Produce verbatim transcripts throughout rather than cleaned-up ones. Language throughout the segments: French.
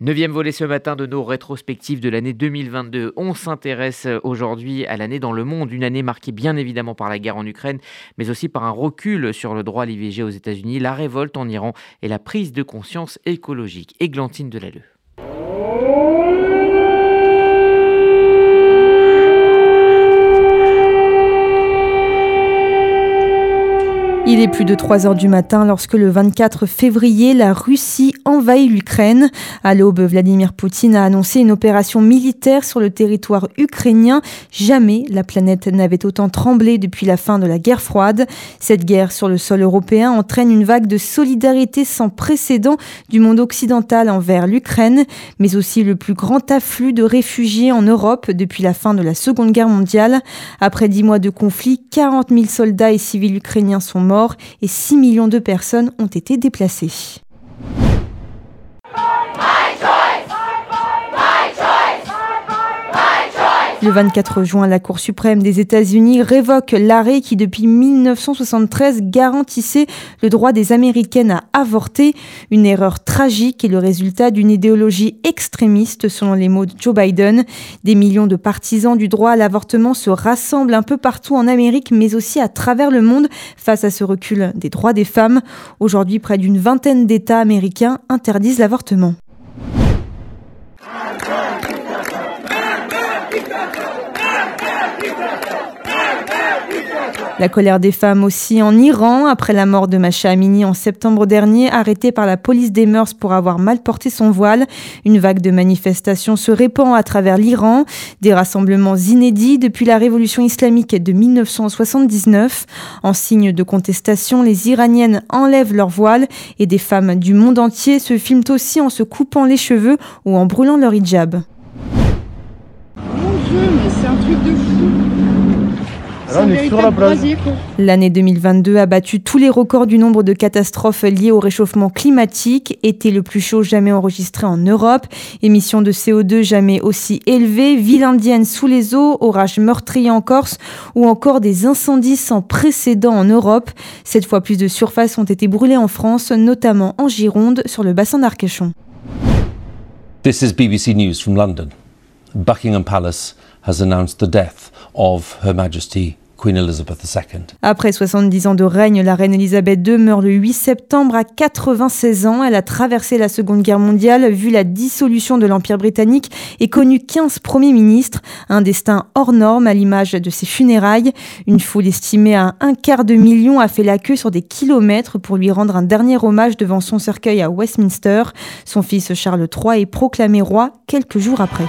Neuvième volet ce matin de nos rétrospectives de l'année deux mille vingt-deux. On s'intéresse aujourd'hui à l'année dans le monde, une année marquée bien évidemment par la guerre en Ukraine, mais aussi par un recul sur le droit à l'I V G aux États-Unis, la révolte en Iran et la prise de conscience écologique. Églantine Delalleux. Il est plus de trois heures du matin lorsque le vingt-quatre février, la Russie envahit l'Ukraine. À l'aube, Vladimir Poutine a annoncé une opération militaire sur le territoire ukrainien. Jamais la planète n'avait autant tremblé depuis la fin de la guerre froide. Cette guerre sur le sol européen entraîne une vague de solidarité sans précédent du monde occidental envers l'Ukraine, mais aussi le plus grand afflux de réfugiés en Europe depuis la fin de la Seconde Guerre mondiale. Après dix mois de conflit, quarante mille soldats et civils ukrainiens sont morts et six millions de personnes ont été déplacées. Le vingt-quatre juin, la Cour suprême des États-Unis révoque l'arrêt qui, depuis mille neuf cent soixante-treize, garantissait le droit des Américaines à avorter. Une erreur tragique et le résultat d'une idéologie extrémiste, selon les mots de Joe Biden. Des millions de partisans du droit à l'avortement se rassemblent un peu partout en Amérique, mais aussi à travers le monde, face à ce recul des droits des femmes. Aujourd'hui, près d'une vingtaine d'États américains interdisent l'avortement. La colère des femmes aussi en Iran, après la mort de Mahsa Amini en septembre dernier, arrêtée par la police des mœurs pour avoir mal porté son voile. Une vague de manifestations se répand à travers l'Iran. Des rassemblements inédits depuis la révolution islamique de mille neuf cent soixante-dix-neuf. En signe de contestation, les Iraniennes enlèvent leur voile et des femmes du monde entier se filment aussi en se coupant les cheveux ou en brûlant leur hijab. Mon Dieu, mais c'est un truc de fou. On est sur la brasier, quoi. L'année deux mille vingt-deux a battu tous les records du nombre de catastrophes liées au réchauffement climatique. Été le plus chaud jamais enregistré en Europe. Émissions de C O deux jamais aussi élevées. Ville indienne sous les eaux. Orages meurtriers en Corse. Ou encore des incendies sans précédent en Europe. Cette fois, plus de surfaces ont été brûlées en France, notamment en Gironde, sur le bassin d'Arcachon. This is B B C News from London. Buckingham Palace has announced the death of Her Majesty Queen Elizabeth the Second. Après soixante-dix ans de règne, la reine Elisabeth deux meurt le huit septembre à quatre-vingt-seize ans. Elle a traversé la Seconde Guerre mondiale, vu la dissolution de l'Empire britannique et connu quinze premiers ministres. Un destin hors norme à l'image de ses funérailles. Une foule estimée à un quart de million a fait la queue sur des kilomètres pour lui rendre un dernier hommage devant son cercueil à Westminster. Son fils Charles trois est proclamé roi quelques jours après.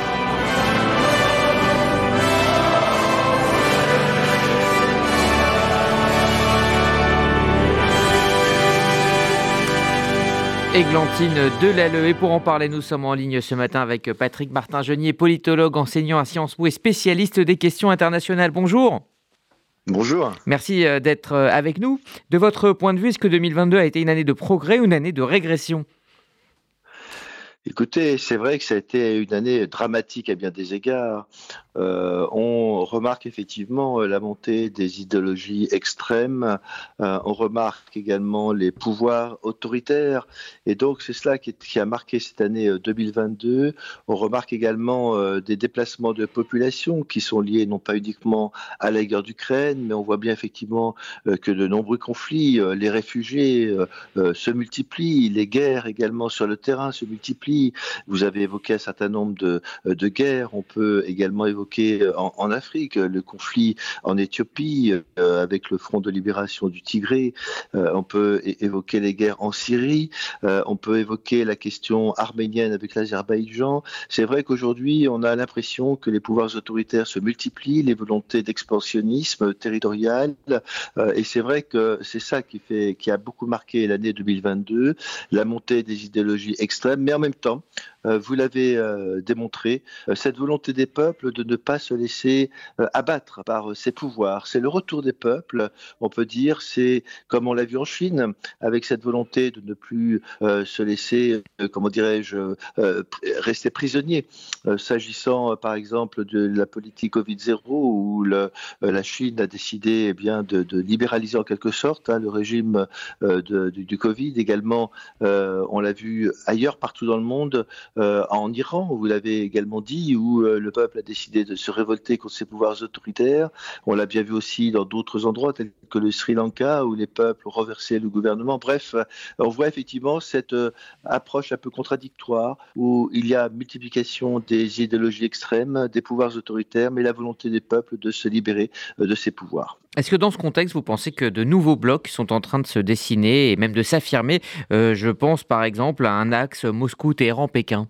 Églantine Delalleux. Et pour en parler, nous sommes en ligne ce matin avec Patrick Martin-Genier, politologue, enseignant à Sciences Po et spécialiste des questions internationales. Bonjour. Bonjour. Merci d'être avec nous. De votre point de vue, est-ce que deux mille vingt-deux a été une année de progrès ou une année de régression ? Écoutez, c'est vrai que ça a été une année dramatique à bien des égards. Euh, on remarque effectivement la montée des idéologies extrêmes, euh, on remarque également les pouvoirs autoritaires, et donc c'est cela qui, est, qui a marqué cette année deux mille vingt-deux. On remarque également euh, des déplacements de population qui sont liés non pas uniquement à la guerre d'Ukraine, mais on voit bien effectivement euh, que de nombreux conflits, euh, les réfugiés euh, euh, se multiplient, les guerres également sur le terrain se multiplient. Vous avez évoqué un certain nombre de, de guerres. On peut également évoquer en, en Afrique le conflit en Éthiopie euh, avec le Front de libération du Tigré. Euh, on peut é- évoquer les guerres en Syrie. Euh, on peut évoquer la question arménienne avec l'Azerbaïdjan. C'est vrai qu'aujourd'hui, on a l'impression que les pouvoirs autoritaires se multiplient, les volontés d'expansionnisme territorial. Euh, et c'est vrai que c'est ça qui fait, qui a beaucoup marqué l'année deux mille vingt-deux, la montée des idéologies extrêmes, mais en même temps, euh, vous l'avez euh, démontré, euh, cette volonté des peuples de ne pas se laisser euh, abattre par euh, ces pouvoirs. C'est le retour des peuples, on peut dire, c'est comme on l'a vu en Chine, avec cette volonté de ne plus euh, se laisser, euh, comment dirais-je, euh, rester prisonnier. Euh, s'agissant, euh, par exemple, de la politique Covid zéro, où le, euh, la Chine a décidé eh bien, de, de libéraliser en quelque sorte hein, le régime euh, de, du, du Covid. Également, euh, on l'a vu ailleurs, partout dans le monde, monde, euh, en Iran, vous l'avez également dit, où euh, le peuple a décidé de se révolter contre ses pouvoirs autoritaires. On l'a bien vu aussi dans d'autres endroits, tels que le Sri Lanka, où les peuples ont renversé le gouvernement. Bref, on voit effectivement cette euh, approche un peu contradictoire, où il y a multiplication des idéologies extrêmes, des pouvoirs autoritaires, mais la volonté des peuples de se libérer euh, de ces pouvoirs. Est-ce que dans ce contexte, vous pensez que de nouveaux blocs sont en train de se dessiner et même de s'affirmer? Euh, Je pense par exemple à un axe Moscou-Téhéran-Pékin.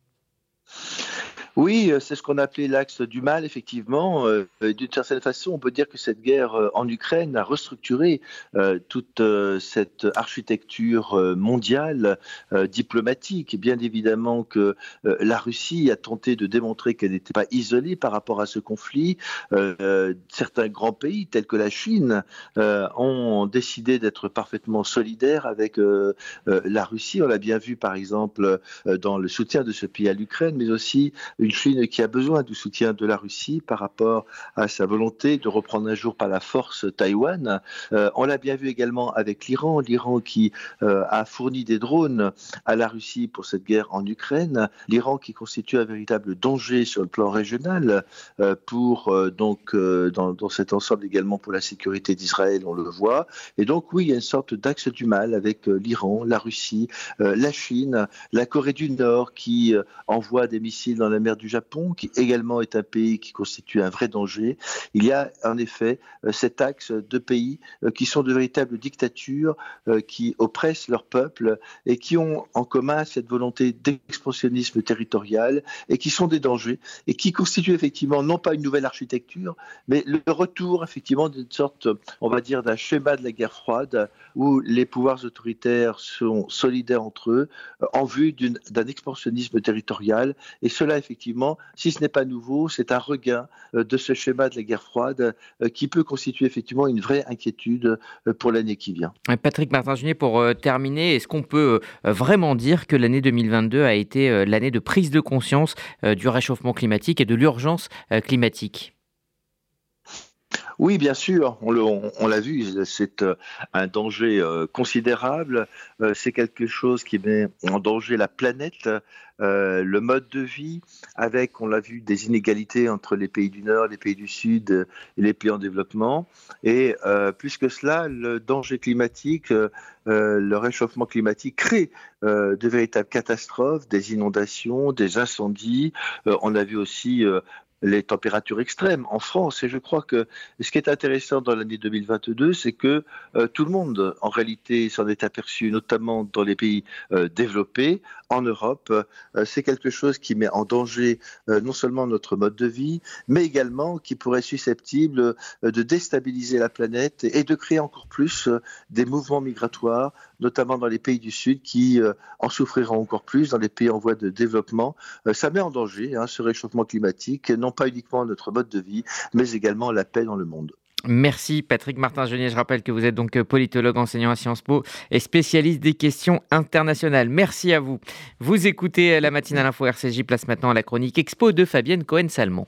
Oui, euh, c'est ce qu'on appelait l'axe du mal, effectivement. Euh, d'une certaine façon, on peut dire que cette guerre euh, en Ukraine a restructuré euh, toute euh, cette architecture euh, mondiale, euh, diplomatique. Et bien évidemment que euh, la Russie a tenté de démontrer qu'elle n'était pas isolée par rapport à ce conflit. Euh, euh, certains grands pays, tels que la Chine, euh, ont décidé d'être parfaitement solidaires avec euh, euh, la Russie. On l'a bien vu, par exemple, euh, dans le soutien de ce pays à l'Ukraine, mais aussi une Chine qui a besoin du soutien de la Russie par rapport à sa volonté de reprendre un jour par la force Taïwan. Euh, on l'a bien vu également avec l'Iran, l'Iran qui euh, a fourni des drones à la Russie pour cette guerre en Ukraine, l'Iran qui constitue un véritable danger sur le plan régional euh, pour euh, donc euh, dans, dans cet ensemble également pour la sécurité d'Israël, on le voit. Et donc oui, il y a une sorte d'axe du mal avec euh, l'Iran, la Russie, euh, la Chine, la Corée du Nord qui euh, envoie des missiles dans la mer du Japon, qui également est un pays qui constitue un vrai danger. Il y a en effet cet axe de pays qui sont de véritables dictatures, qui oppressent leur peuple et qui ont en commun cette volonté d'expansionnisme territorial et qui sont des dangers et qui constituent effectivement non pas une nouvelle architecture, mais le retour effectivement d'une sorte, on va dire, d'un schéma de la guerre froide où les pouvoirs autoritaires sont solidaires entre eux en vue d'une, d'un expansionnisme territorial. Et cela, effectivement, si ce n'est pas nouveau, c'est un regain de ce schéma de la guerre froide qui peut constituer effectivement une vraie inquiétude pour l'année qui vient. Patrick Martin-Genier, pour euh, terminer, est-ce qu'on peut euh, vraiment dire que l'année deux mille vingt-deux a été euh, l'année de prise de conscience euh, du réchauffement climatique et de l'urgence euh, climatique ? Oui, bien sûr, on, le, on, on l'a vu, c'est euh, un danger euh, considérable, euh, c'est quelque chose qui met en danger la planète, euh, le mode de vie, avec, on l'a vu, des inégalités entre les pays du Nord, les pays du Sud euh, et les pays en développement. Et euh, plus que cela, le danger climatique, euh, euh, le réchauffement climatique crée euh, de véritables catastrophes, des inondations, des incendies. Euh, on a vu aussi euh, les températures extrêmes en France. Et je crois que ce qui est intéressant dans l'année deux mille vingt-deux, c'est que euh, tout le monde, en réalité, s'en est aperçu, notamment dans les pays euh, développés, en Europe. Euh, c'est quelque chose qui met en danger euh, non seulement notre mode de vie, mais également qui pourrait être susceptible euh, de déstabiliser la planète et de créer encore plus euh, des mouvements migratoires, notamment dans les pays du Sud, qui euh, en souffriront encore plus, dans les pays en voie de développement. Euh, ça met en danger hein, ce réchauffement climatique, non pas uniquement notre mode de vie, mais également la paix dans le monde. Merci Patrick Martin-Genier. Je rappelle que vous êtes donc politologue, enseignant à Sciences Po et spécialiste des questions internationales. Merci à vous. Vous écoutez la matinale info R C J. Place maintenant à la chronique Expo de Fabienne Cohen-Salmon.